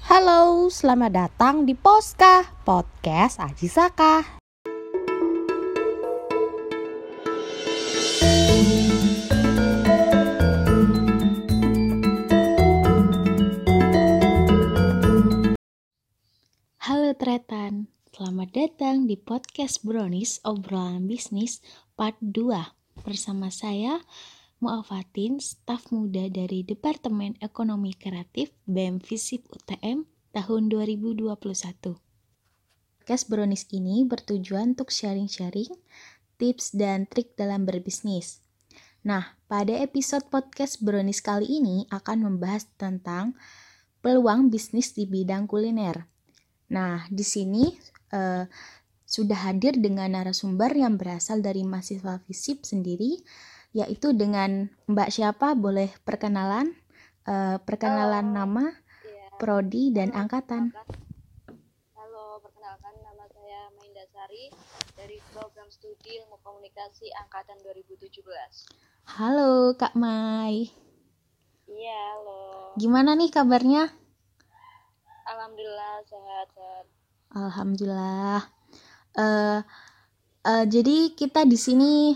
Halo, selamat datang di Poska, podcast Aji Saka. Halo Tretan, selamat datang di podcast Brownies Obrolan Bisnis Part 2 bersama saya Muafatin, staf muda dari Departemen Ekonomi Kreatif BEM Visip UTM tahun 2021. Podcast Brownies ini bertujuan untuk sharing-sharing tips dan trik dalam berbisnis. Nah, pada episode podcast Brownies kali ini akan membahas tentang peluang bisnis di bidang kuliner. Nah, di sini sudah hadir dengan narasumber yang berasal dari mahasiswa Visip sendiri, yaitu dengan Mbak siapa? Boleh perkenalan? Perkenalan nama, prodi, dan angkatan. Halo, perkenalkan nama saya Maindasari dari program studi Ilmu Komunikasi angkatan 2017. Halo Kak Mai. Iya, halo. Gimana nih kabarnya? Alhamdulillah sehat. Alhamdulillah. Jadi kita di sini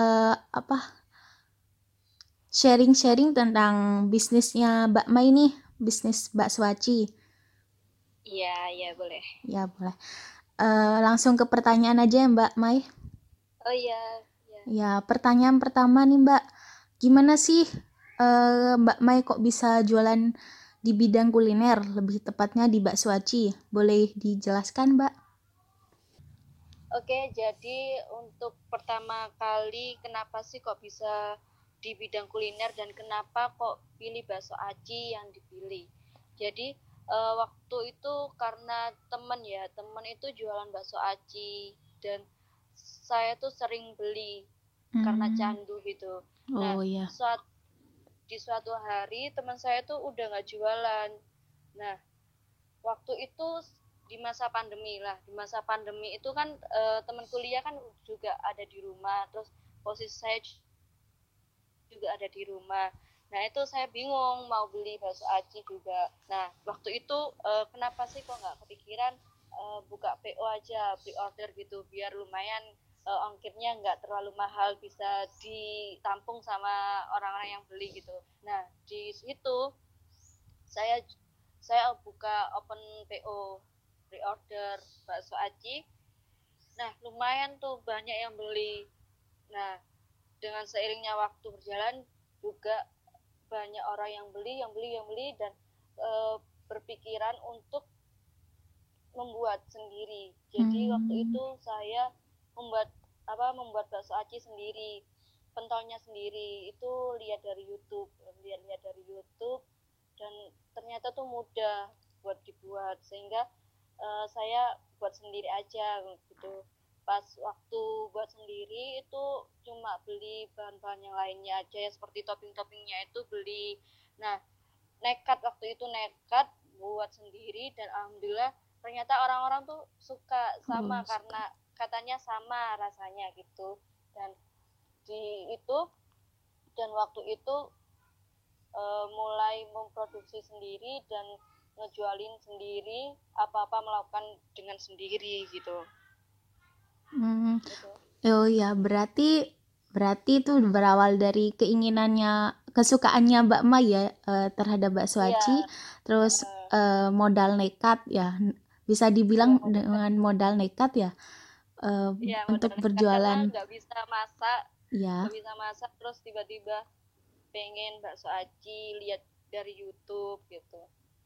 sharing-sharing tentang bisnisnya Mbak Mai nih, bisnis bakso aci. Iya, boleh. Ya boleh. Langsung ke pertanyaan aja ya Mbak Mai. Oh iya. Ya, pertanyaan pertama nih Mbak, gimana sih Mbak Mai kok bisa jualan di bidang kuliner, lebih tepatnya di bakso aci? Boleh dijelaskan Mbak? Oke, jadi untuk pertama kali kenapa sih kok bisa di bidang kuliner dan kenapa kok pilih bakso aci yang dipilih? Jadi waktu itu karena temen itu jualan bakso aci dan saya tuh sering beli karena candu gitu. Oh iya. Di suatu hari teman saya tuh udah nggak jualan. Nah, waktu itu di masa pandemi itu kan teman kuliah kan juga ada di rumah, terus posisi saya juga ada di rumah. Nah, itu saya bingung mau beli bakso aci juga. Nah, waktu itu kenapa sih kok nggak kepikiran buka PO aja, pre-order gitu, biar lumayan ongkirnya nggak terlalu mahal, bisa ditampung sama orang-orang yang beli gitu. Nah, di situ saya buka open PO, pre-order bakso aci. Nah, lumayan tuh banyak yang beli. Nah, dengan seiringnya waktu berjalan juga banyak orang yang beli dan berpikiran untuk membuat sendiri. Jadi waktu itu saya membuat bakso aci sendiri, pentolnya sendiri. Itu lihat dari YouTube dan ternyata tuh mudah buat dibuat, sehingga saya buat sendiri aja gitu. Pas waktu buat sendiri itu cuma beli bahan-bahan yang lainnya aja ya, seperti topping-toppingnya itu beli. Nah, waktu itu nekat buat sendiri dan alhamdulillah ternyata orang-orang tuh suka sama karena katanya sama rasanya gitu. Dan waktu itu mulai memproduksi sendiri dan ngejualin sendiri, apa-apa melakukan dengan sendiri gitu. Gitu. Oh iya, berarti itu berawal dari keinginannya, kesukaannya Mbak Mai ya terhadap bakso aci, terus modal nekat ya, bisa dibilang dengan modal nekat ya, untuk berjualan. Karena nggak bisa masak, terus tiba-tiba pengen bakso aci lihat dari YouTube gitu.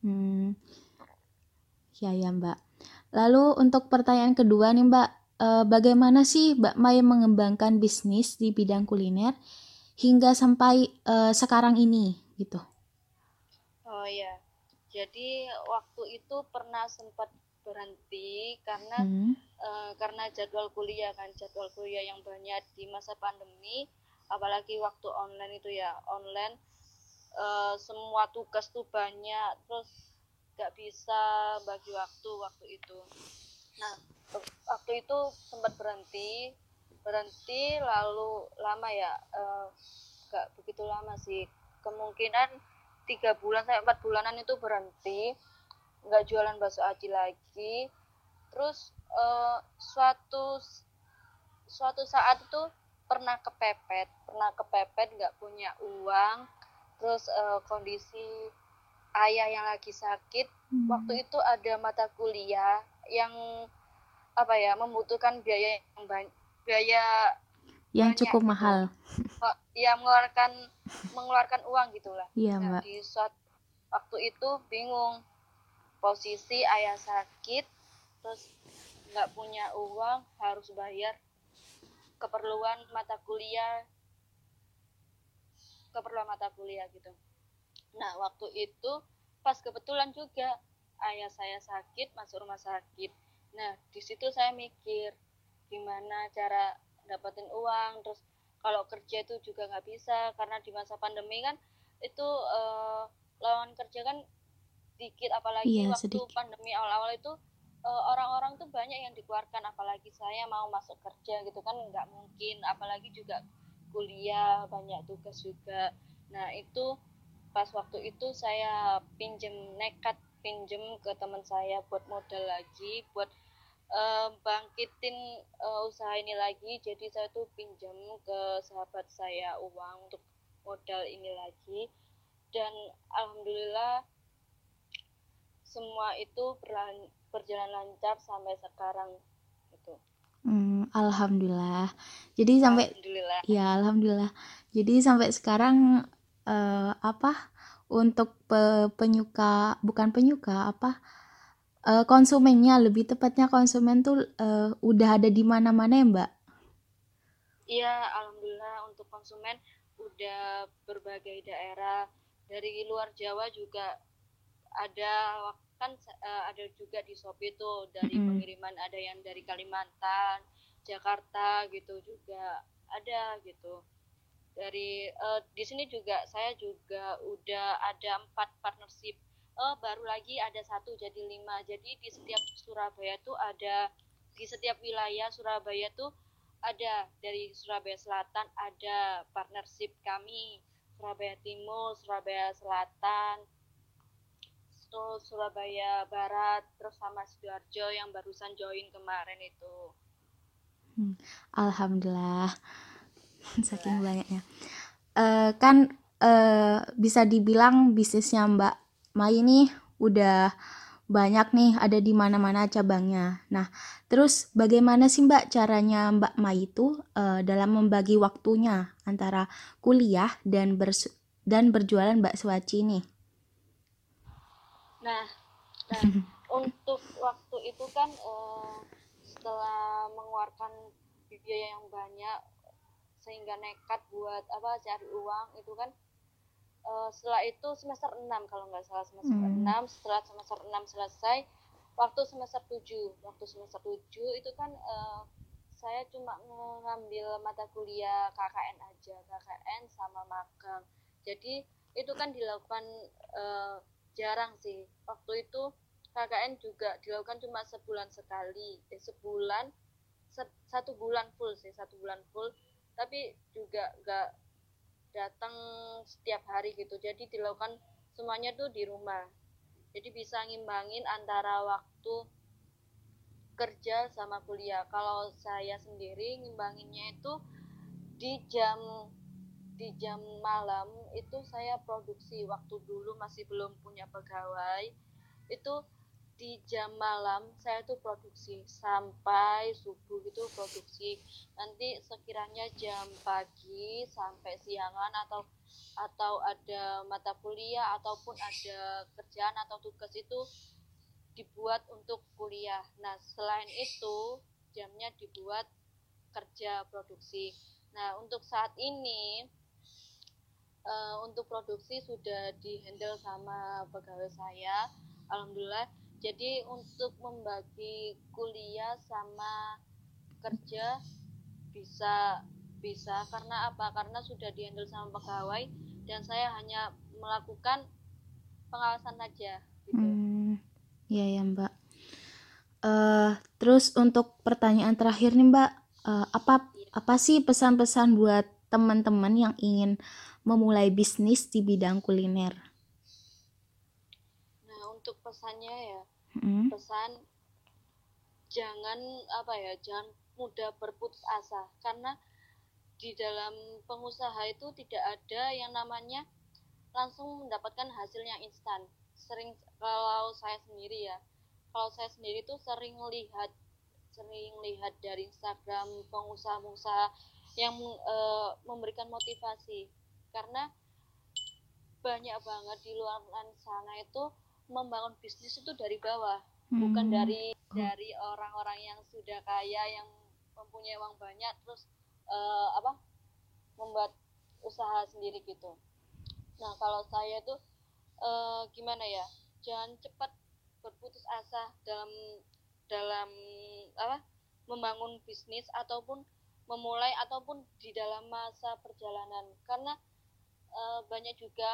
Ya Mbak. Lalu untuk pertanyaan kedua nih Mbak, bagaimana sih Mbak Mai mengembangkan bisnis di bidang kuliner hingga sampai sekarang ini gitu? Oh ya, jadi waktu itu pernah sempat berhenti karena jadwal kuliah yang banyak di masa pandemi, apalagi waktu online itu ya, online semua tugas tuh banyak, terus gak bisa bagi waktu itu. Nah, waktu itu sempat berhenti lalu lama ya, gak begitu lama sih, kemungkinan 3 bulan sampai 4 bulanan itu berhenti. nggak jualan bakso aci lagi. Terus suatu saat itu pernah kepepet nggak punya uang. Terus kondisi ayah yang lagi sakit. Waktu itu ada mata kuliah yang membutuhkan biaya yang banyak cukup gitu. mahal. Ya mengeluarkan uang gitulah. Iya, Nah, Mbak. di suatu waktu itu bingung, posisi ayah sakit, terus nggak punya uang, harus bayar keperluan mata kuliah gitu. Nah, waktu itu pas kebetulan juga ayah saya sakit, masuk rumah sakit. Nah, di situ saya mikir gimana cara dapetin uang. Terus kalau kerja itu juga nggak bisa karena di masa pandemi kan itu lawan kerja kan dikit, apalagi Iya, waktu sedikit. pandemi awal-awal itu orang-orang tuh banyak yang dikeluarkan, apalagi saya mau masuk kerja gitu kan nggak mungkin, apalagi juga kuliah banyak tugas juga. Nah, itu pas waktu itu saya nekat pinjem ke teman saya buat modal lagi, buat bangkitin usaha ini lagi. Jadi saya tuh pinjam ke sahabat saya uang untuk modal ini lagi, dan alhamdulillah semua itu berjalan lancar sampai sekarang gitu. Alhamdulillah. Jadi sampai Alhamdulillah. ya alhamdulillah. Jadi sampai sekarang untuk penyuka, bukan penyuka, konsumennya, lebih tepatnya konsumen tuh udah ada di mana-mana ya, Mbak? Iya, alhamdulillah untuk konsumen udah berbagai daerah, dari luar Jawa juga ada. Kan ada juga di Shopee tuh dari pengiriman, ada yang dari Kalimantan, Jakarta gitu juga ada gitu. Dari di sini juga saya juga udah ada 4 partnership. Baru lagi ada 1 jadi 5. Jadi di setiap Surabaya tuh ada, di setiap wilayah Surabaya tuh ada. Dari Surabaya Selatan ada partnership kami, Surabaya Timur, Surabaya Selatan, terus Surabaya Barat, terus sama Sidoarjo yang barusan join kemarin itu. Alhamdulillah. Saking Alhamdulillah. banyaknya. Kan bisa dibilang bisnisnya Mbak Mai ini udah banyak nih, ada di mana-mana cabangnya. Nah, terus bagaimana sih Mbak caranya Mbak Mai itu dalam membagi waktunya antara kuliah dan berjualan bakso aci nih? Nah, untuk waktu itu kan setelah mengeluarkan biaya yang banyak sehingga nekat buat cari uang itu kan, setelah itu semester 6 kalau nggak salah, semester 6. Setelah semester 6 selesai, waktu semester 7 itu kan saya cuma ngambil mata kuliah KKN aja, KKN sama magang. Jadi itu kan dilakukan jarang sih. Waktu itu KKN juga dilakukan cuma sebulan sekali, satu bulan full, tapi juga nggak datang setiap hari gitu. Jadi dilakukan semuanya tuh di rumah. Jadi bisa ngimbangin antara waktu kerja sama kuliah. Kalau saya sendiri ngimbanginnya itu di jam malam itu saya produksi. Waktu dulu masih belum punya pegawai, itu di jam malam saya tuh produksi sampai subuh gitu produksi. Nanti sekiranya jam pagi sampai siangan atau ada mata kuliah ataupun ada kerjaan atau tugas itu dibuat untuk kuliah. Nah, selain itu jamnya dibuat kerja produksi. Nah, untuk saat ini untuk produksi sudah dihandle sama pegawai saya, alhamdulillah. Jadi untuk membagi kuliah sama kerja bisa bisa karena apa? Karena sudah dihandle sama pegawai dan saya hanya melakukan pengawasan saja gitu. Iya ya Mbak. Terus untuk pertanyaan terakhir nih Mbak, apa sih pesan-pesan buat teman-teman yang ingin memulai bisnis di bidang kuliner? Nah, untuk pesannya ya, Mm-mm. pesan jangan jangan mudah berputus asa, karena di dalam pengusaha itu tidak ada yang namanya langsung mendapatkan hasil yang instan. Kalau saya sendiri ya, kalau saya sendiri tuh sering lihat dari Instagram pengusaha-pengusaha yang memberikan motivasi, karena banyak banget di luar sana itu membangun bisnis itu dari bawah, bukan dari orang-orang yang sudah kaya, yang mempunyai uang banyak terus membuat usaha sendiri gitu. Nah kalau saya tuh gimana ya, jangan cepat berputus asa dalam dalam membangun bisnis ataupun memulai ataupun di dalam masa perjalanan, karena banyak juga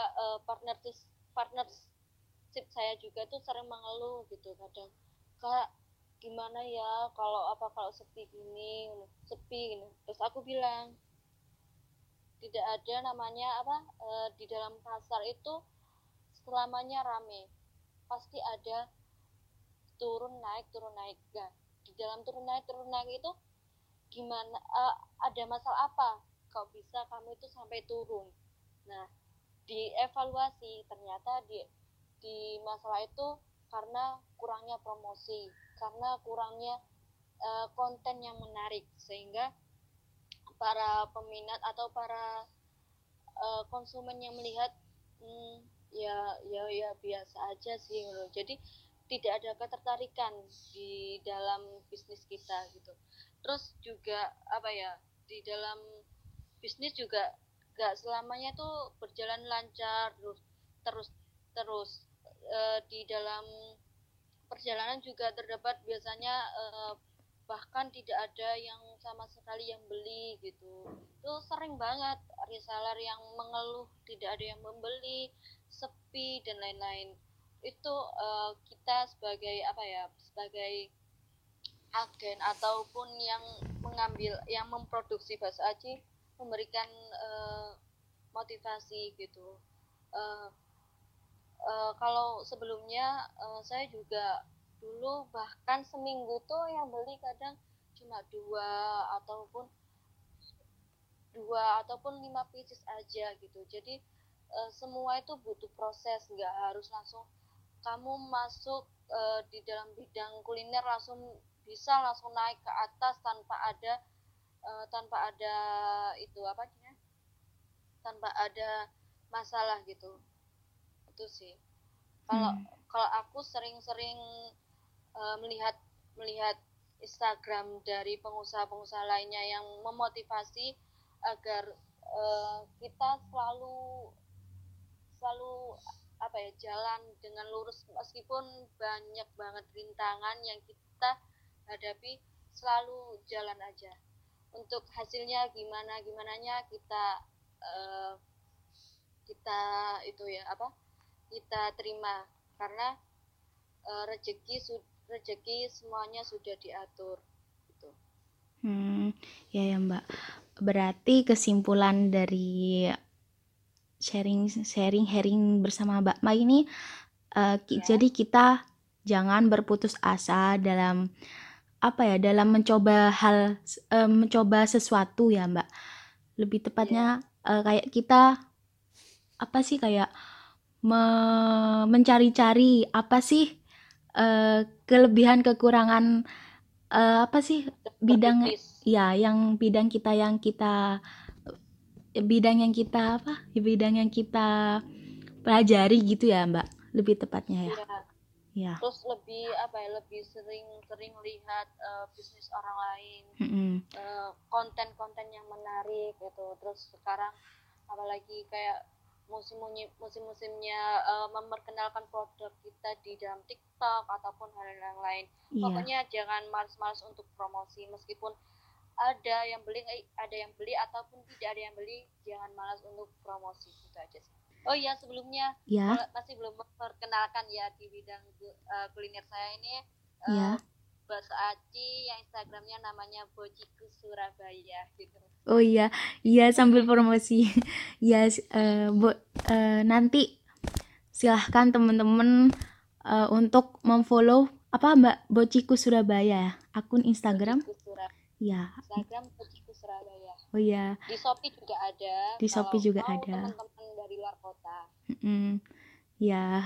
partnership saya juga tuh sering mengeluh gitu kadang, Kak gimana ya kalau sepi gini. Terus aku bilang tidak ada namanya di dalam pasar itu selamanya rame, pasti ada turun naik nah, di dalam turun naik itu gimana, ada masalah apa kok bisa kamu itu sampai turun. Nah dievaluasi, ternyata di masalah itu karena kurangnya promosi, karena kurangnya konten yang menarik, sehingga para peminat atau para konsumen yang melihat ya biasa aja sih. Jadi tidak ada ketertarikan di dalam bisnis kita gitu. Terus juga di dalam bisnis juga gak selamanya tuh berjalan lancar terus di dalam perjalanan juga terdapat biasanya bahkan tidak ada yang sama sekali yang beli gitu. Itu sering banget reseller yang mengeluh tidak ada yang membeli, sepi dan lain-lain. Itu kita sebagai sebagai agen ataupun yang memproduksi bakso aci memberikan motivasi gitu. Kalau sebelumnya saya juga dulu bahkan seminggu tuh yang beli kadang cuma dua ataupun 5 pieces aja gitu. Jadi semua itu butuh proses, nggak harus langsung kamu masuk di dalam bidang kuliner langsung naik ke atas tanpa ada tanpa ada masalah gitu. Itu sih kalau aku sering-sering melihat Instagram dari pengusaha-pengusaha lainnya yang memotivasi agar kita selalu jalan dengan lurus meskipun banyak banget rintangan yang kita hadapi, selalu jalan aja. Untuk hasilnya gimananya kita kita terima, karena rezeki semuanya sudah diatur gitu. Ya Mbak, berarti kesimpulan dari sharing bersama Mbak Mai ini jadi kita jangan berputus asa dalam dalam mencoba sesuatu ya Mbak. Lebih tepatnya kayak kita kayak mencari-cari apa sih kelebihan kekurangan bidang yang kita pelajari gitu ya Mbak, lebih tepatnya ya. Terus lebih sering lihat bisnis orang lain, konten-konten yang menarik gitu. Terus sekarang apalagi kayak musim-musimnya memperkenalkan produk kita di dalam TikTok ataupun hal yang lain. Pokoknya jangan malas-malas untuk promosi, meskipun ada yang beli ataupun tidak ada yang beli, jangan malas untuk promosi, gitu aja sih. Oh iya, sebelumnya masih belum memperkenalkan ya di bidang kuliner saya ini, bakso aci yang Instagramnya namanya Bociku Surabaya gitu. Oh iya sambil promosi. Nanti silahkan teman-teman untuk memfollow Mbak Bociku Surabaya, akun Instagram. Bociku Surabaya. Ya. Instagram Bociku Surabaya. Oh ya. Di Shopee juga ada. Di Shopee juga mau ada. Teman-teman dari luar kota. Ya.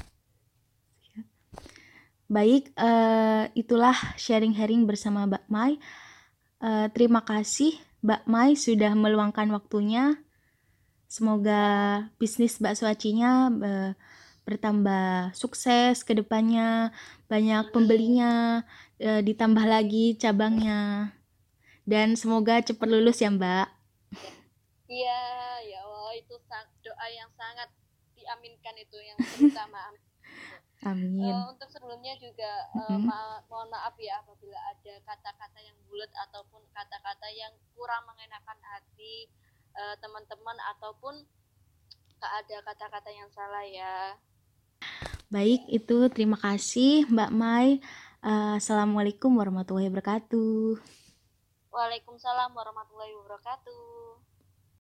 Baik, itulah sharing-sharing bersama Mbak Mai. Terima kasih Mbak Mai sudah meluangkan waktunya. Semoga bisnis bakso acinya bertambah sukses ke depannya, banyak pembelinya, ditambah lagi cabangnya. Dan semoga cepat lulus ya Mbak. Iya, ya Allah, itu doa yang sangat diaminkan itu yang terutama. Amin. Untuk sebelumnya juga mohon maaf ya apabila ada kata-kata yang bulat ataupun kata-kata yang kurang mengenakan hati teman-teman ataupun ada kata-kata yang salah ya. Baik, itu terima kasih Mbak Mai. Assalamualaikum warahmatullahi wabarakatuh. Waalaikumsalam warahmatullahi wabarakatuh.